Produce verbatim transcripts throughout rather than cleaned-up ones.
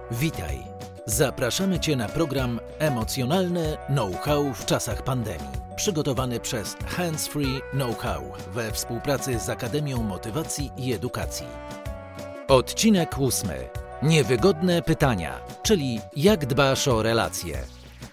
Witaj. Zapraszamy Cię na program Emocjonalne Know-how w czasach pandemii, przygotowany przez Hands Free Know-how we współpracy z Akademią Motywacji i Edukacji. Odcinek ósmy. Niewygodne pytania, czyli jak dbasz o relacje.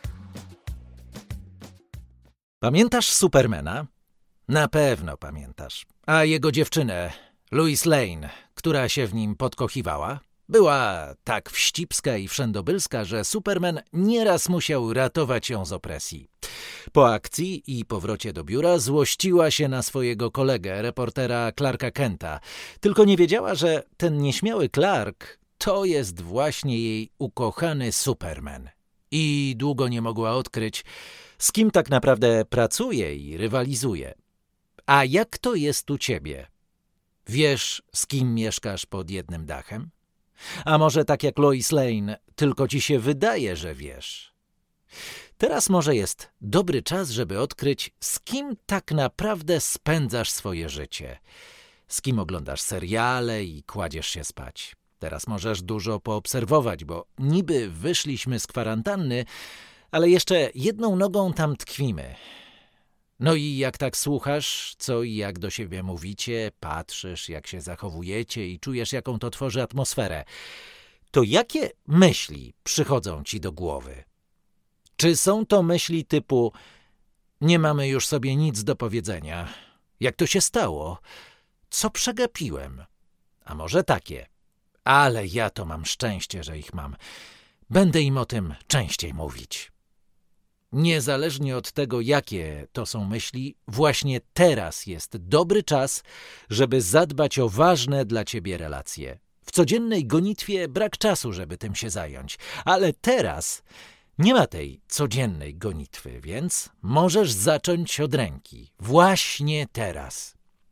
Pamiętasz Supermana? Na pewno pamiętasz. A jego dziewczynę, Lois Lane, która się w nim podkochiwała? Była tak wścibska i wszędobylska, że Superman nieraz musiał ratować ją z opresji. Po akcji i powrocie do biura złościła się na swojego kolegę, reportera Clarka Kenta. Tylko nie wiedziała, że ten nieśmiały Clark to jest właśnie jej ukochany Superman. I długo nie mogła odkryć, z kim tak naprawdę pracuje i rywalizuje. A jak to jest u ciebie? Wiesz, z kim mieszkasz pod jednym dachem? A może tak jak Lois Lane, tylko ci się wydaje, że wiesz? Teraz może jest dobry czas, żeby odkryć, z kim tak naprawdę spędzasz swoje życie. Z kim oglądasz seriale i kładziesz się spać. Teraz możesz dużo poobserwować, bo niby wyszliśmy z kwarantanny, ale jeszcze jedną nogą tam tkwimy. No i jak tak słuchasz, co i jak do siebie mówicie, patrzysz, jak się zachowujecie i czujesz, jaką to tworzy atmosferę, to jakie myśli przychodzą ci do głowy? Czy są to myśli typu nie mamy już sobie nic do powiedzenia, jak to się stało, co przegapiłem? A może takie, ale ja to mam szczęście, że ich mam. Będę im o tym częściej mówić. Niezależnie od tego, jakie to są myśli, właśnie teraz jest dobry czas, żeby zadbać o ważne dla ciebie relacje. W codziennej gonitwie brak czasu, żeby tym się zająć, ale teraz nie ma tej codziennej gonitwy, więc możesz zacząć od ręki. Właśnie teraz.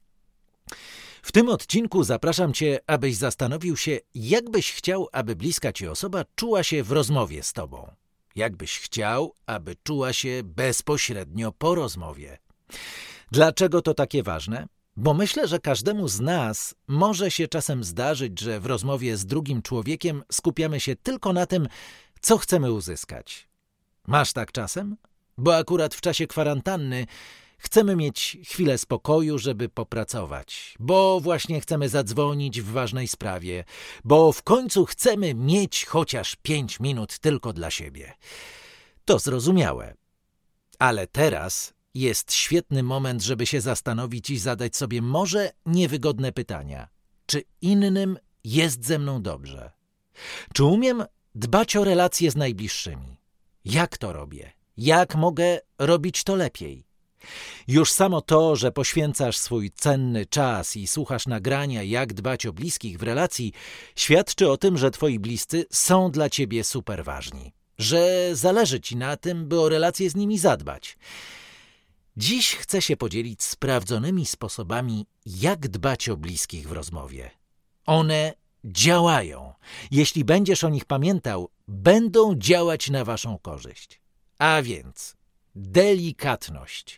W tym odcinku zapraszam cię, abyś zastanowił się, jak byś chciał, aby bliska ci osoba czuła się w rozmowie z tobą. Jak byś chciał, aby czuła się bezpośrednio po rozmowie. Dlaczego to takie ważne? Bo myślę, że każdemu z nas może się czasem zdarzyć, że w rozmowie z drugim człowiekiem skupiamy się tylko na tym, co chcemy uzyskać. Masz tak czasem? Bo akurat w czasie kwarantanny chcemy mieć chwilę spokoju, żeby popracować, bo właśnie chcemy zadzwonić w ważnej sprawie, bo w końcu chcemy mieć chociaż pięć minut tylko dla siebie. To zrozumiałe. Ale teraz jest świetny moment, żeby się zastanowić i zadać sobie może niewygodne pytania. Czy innym jest ze mną dobrze? Czy umiem dbać o relacje z najbliższymi? Jak to robię? Jak mogę robić to lepiej? Już samo to, że poświęcasz swój cenny czas i słuchasz nagrania, jak dbać o bliskich w relacji, świadczy o tym, że twoi bliscy są dla ciebie super ważni, że zależy ci na tym, by o relacje z nimi zadbać. Dziś chcę się podzielić sprawdzonymi sposobami, jak dbać o bliskich w rozmowie. One działają. Jeśli będziesz o nich pamiętał, będą działać na waszą korzyść. A więc delikatność.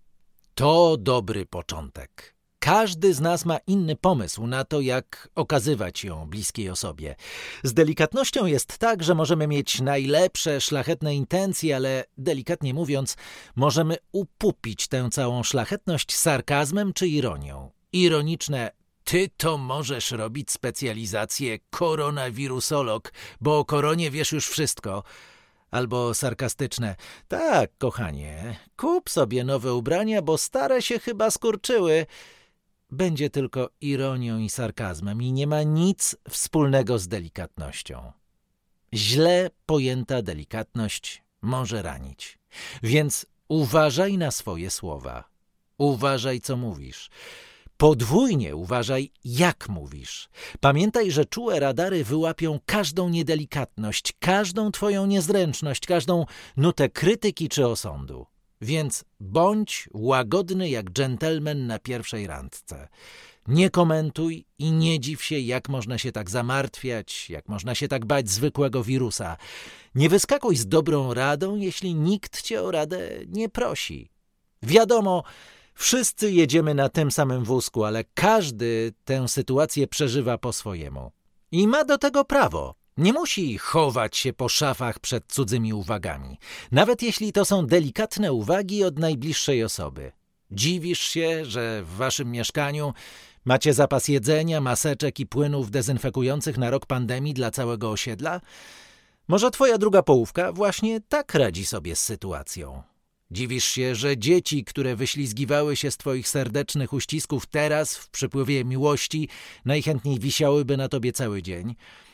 To dobry początek. Każdy z nas ma inny pomysł na to, jak okazywać ją bliskiej osobie. Z delikatnością jest tak, że możemy mieć najlepsze, szlachetne intencje, ale delikatnie mówiąc, możemy upupić tę całą szlachetność sarkazmem czy ironią. Ironiczne ty to możesz robić specjalizację koronawirusolog, bo o koronie wiesz już wszystko. Albo sarkastyczne, tak, kochanie, kup sobie nowe ubrania, bo stare się chyba skurczyły. Będzie tylko ironią i sarkazmem i nie ma nic wspólnego z delikatnością. Źle pojęta delikatność może ranić. Więc uważaj na swoje słowa. Uważaj, co mówisz. Podwójnie uważaj, jak mówisz. Pamiętaj, że czułe radary wyłapią każdą niedelikatność, każdą twoją niezręczność, każdą nutę krytyki czy osądu. Więc bądź łagodny jak dżentelmen na pierwszej randce. Nie komentuj i nie dziw się, jak można się tak zamartwiać, jak można się tak bać zwykłego wirusa. Nie wyskakuj z dobrą radą, jeśli nikt cię o radę nie prosi. Wiadomo, wszyscy jedziemy na tym samym wózku, ale każdy tę sytuację przeżywa po swojemu. I ma do tego prawo. Nie musi chować się po szafach przed cudzymi uwagami, nawet jeśli to są delikatne uwagi od najbliższej osoby. Dziwisz się, że w waszym mieszkaniu macie zapas jedzenia, maseczek i płynów dezynfekujących na rok pandemii dla całego osiedla? Może twoja druga połówka właśnie tak radzi sobie z sytuacją. Dziwisz się, że dzieci, które wyślizgiwały się z twoich serdecznych uścisków teraz, w przypływie miłości, najchętniej wisiałyby na tobie cały dzień.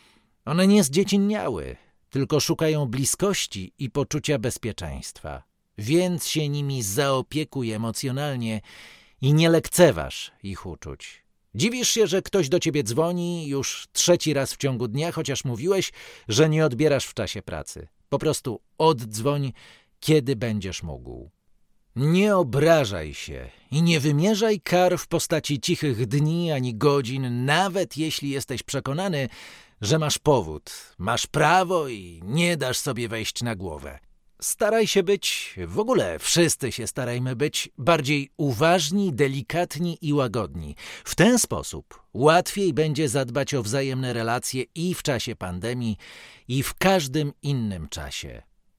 One nie zdziecinniały, tylko szukają bliskości i poczucia bezpieczeństwa. Więc się nimi zaopiekuj emocjonalnie i nie lekceważ ich uczuć. Dziwisz się, że ktoś do ciebie dzwoni już trzeci raz w ciągu dnia, chociaż mówiłeś, że nie odbierasz w czasie pracy. Po prostu oddzwoń, kiedy będziesz mógł. Nie obrażaj się i nie wymierzaj kar w postaci cichych dni ani godzin, nawet jeśli jesteś przekonany, że masz powód, masz prawo i nie dasz sobie wejść na głowę. Staraj się być, w ogóle wszyscy się starajmy być bardziej uważni, delikatni i łagodni. W ten sposób łatwiej będzie zadbać o wzajemne relacje i w czasie pandemii, i w każdym innym czasie.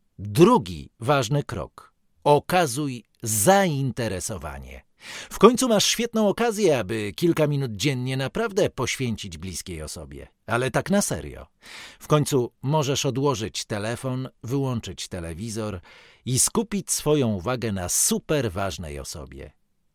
Drugi ważny krok. Okazuj zainteresowanie. W końcu masz świetną okazję, aby kilka minut dziennie naprawdę poświęcić bliskiej osobie. Ale tak na serio. W końcu możesz odłożyć telefon, wyłączyć telewizor i skupić swoją uwagę na super ważnej osobie.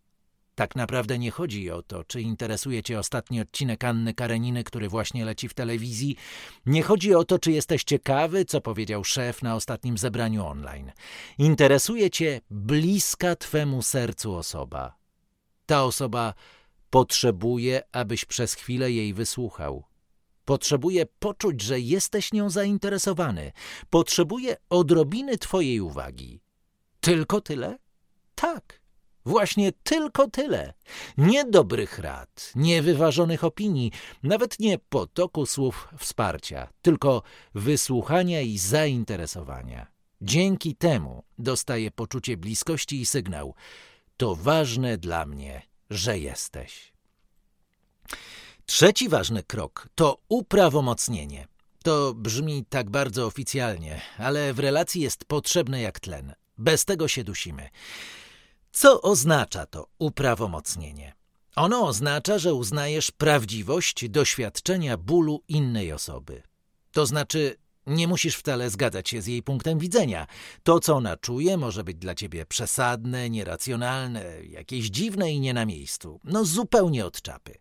Tak naprawdę nie chodzi o to, czy interesuje cię ostatni odcinek Anny Kareniny, który właśnie leci w telewizji. Nie chodzi o to, czy jesteś ciekawy, co powiedział szef na ostatnim zebraniu online. Interesuje cię bliska twemu sercu osoba. Ta osoba potrzebuje, abyś przez chwilę jej wysłuchał. Potrzebuje poczuć, że jesteś nią zainteresowany. Potrzebuje odrobiny twojej uwagi. Tylko tyle? Tak. Właśnie tylko tyle. Nie dobrych rad, nie wyważonych opinii, nawet nie potoku słów wsparcia, tylko wysłuchania i zainteresowania. Dzięki temu dostaję poczucie bliskości i sygnał. To ważne dla mnie, że jesteś. Trzeci ważny krok to uprawomocnienie. To brzmi tak bardzo oficjalnie, ale w relacji jest potrzebne jak tlen. Bez tego się dusimy. Co oznacza to uprawomocnienie? Ono oznacza, że uznajesz prawdziwość doświadczenia bólu innej osoby. To znaczy, nie musisz wcale zgadzać się z jej punktem widzenia. To, co ona czuje, może być dla ciebie przesadne, nieracjonalne, jakieś dziwne i nie na miejscu. No zupełnie od czapy.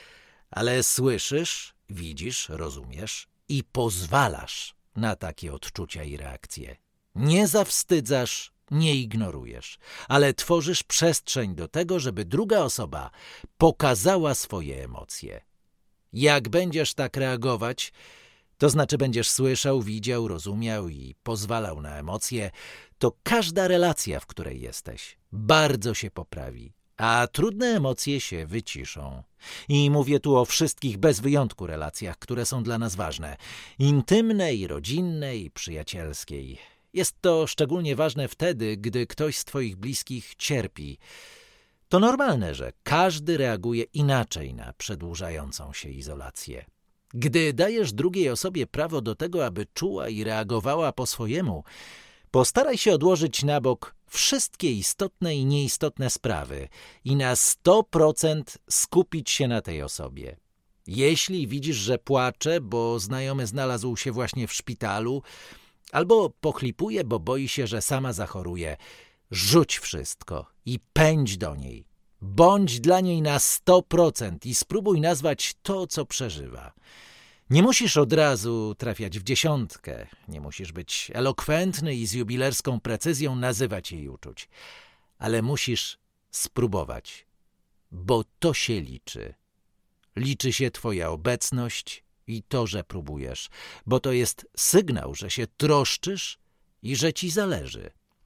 Ale słyszysz, widzisz, rozumiesz i pozwalasz na takie odczucia i reakcje. Nie zawstydzasz, nie ignorujesz, ale tworzysz przestrzeń do tego, żeby druga osoba pokazała swoje emocje. Jak będziesz tak reagować, to znaczy będziesz słyszał, widział, rozumiał i pozwalał na emocje, to każda relacja, w której jesteś, bardzo się poprawi, a trudne emocje się wyciszą. I mówię tu o wszystkich bez wyjątku relacjach, które są dla nas ważne. Intymnej, rodzinnej, przyjacielskiej. Jest to szczególnie ważne wtedy, gdy ktoś z twoich bliskich cierpi. To normalne, że każdy reaguje inaczej na przedłużającą się izolację. Gdy dajesz drugiej osobie prawo do tego, aby czuła i reagowała po swojemu, postaraj się odłożyć na bok wszystkie istotne i nieistotne sprawy i na sto procent skupić się na tej osobie. Jeśli widzisz, że płacze, bo znajomy znalazł się właśnie w szpitalu, albo pochlipuje, bo boi się, że sama zachoruje, rzuć wszystko i pędź do niej. Bądź dla niej na sto procent i spróbuj nazwać to, co przeżywa. Nie musisz od razu trafiać w dziesiątkę, nie musisz być elokwentny i z jubilerską precyzją nazywać jej uczuć, ale musisz spróbować, bo to się liczy. Liczy się twoja obecność i to, że próbujesz, bo to jest sygnał, że się troszczysz i że ci zależy.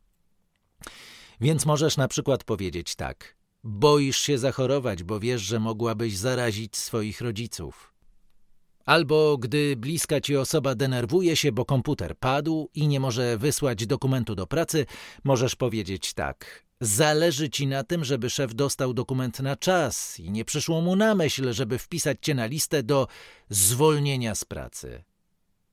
Więc możesz na przykład powiedzieć tak: boisz się zachorować, bo wiesz, że mogłabyś zarazić swoich rodziców. Albo gdy bliska ci osoba denerwuje się, bo komputer padł i nie może wysłać dokumentu do pracy, możesz powiedzieć tak: zależy ci na tym, żeby szef dostał dokument na czas i nie przyszło mu na myśl, żeby wpisać cię na listę do zwolnienia z pracy.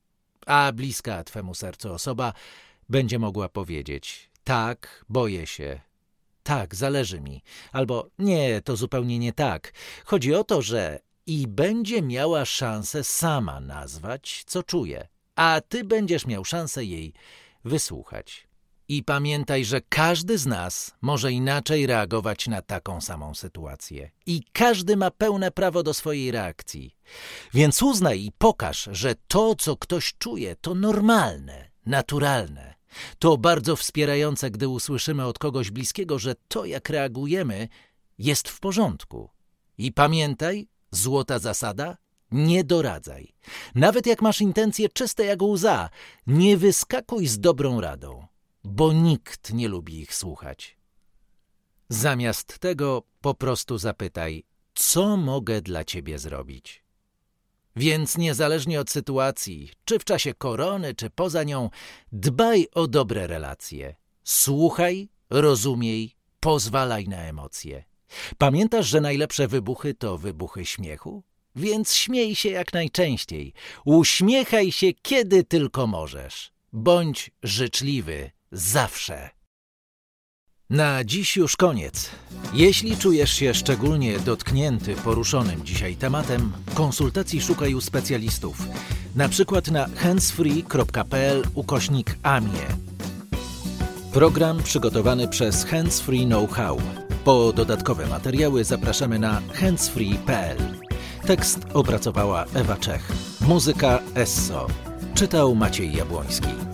a bliska twemu sercu osoba będzie mogła powiedzieć: tak, boję się, tak, zależy mi, albo nie, to zupełnie nie tak. Chodzi o to, że i będzie miała szansę sama nazwać, co czuje, a ty będziesz miał szansę jej wysłuchać. I pamiętaj, że każdy z nas może inaczej reagować na taką samą sytuację. I każdy ma pełne prawo do swojej reakcji. Więc uznaj i pokaż, że to, co ktoś czuje, to normalne, naturalne. To bardzo wspierające, gdy usłyszymy od kogoś bliskiego, że to, jak reagujemy, jest w porządku. I pamiętaj, złota zasada, nie doradzaj. Nawet jak masz intencje czyste jak łza, nie wyskakuj z dobrą radą, bo nikt nie lubi ich słuchać. Zamiast tego po prostu zapytaj, co mogę dla ciebie zrobić. Więc niezależnie od sytuacji, czy w czasie korony, czy poza nią, dbaj o dobre relacje. Słuchaj, rozumiej, pozwalaj na emocje. Pamiętasz, że najlepsze wybuchy to wybuchy śmiechu? Więc śmiej się jak najczęściej. Uśmiechaj się, kiedy tylko możesz. Bądź życzliwy zawsze. Na dziś już koniec. Jeśli czujesz się szczególnie dotknięty poruszonym dzisiaj tematem, konsultacji szukaj u specjalistów. Na przykład na handsfree.pl ukośnik amie. Program przygotowany przez Handsfree Know-how. Po dodatkowe materiały zapraszamy na handsfree kropka p l. Tekst opracowała Ewa Czech. Muzyka Esso. Czytał Maciej Jabłoński.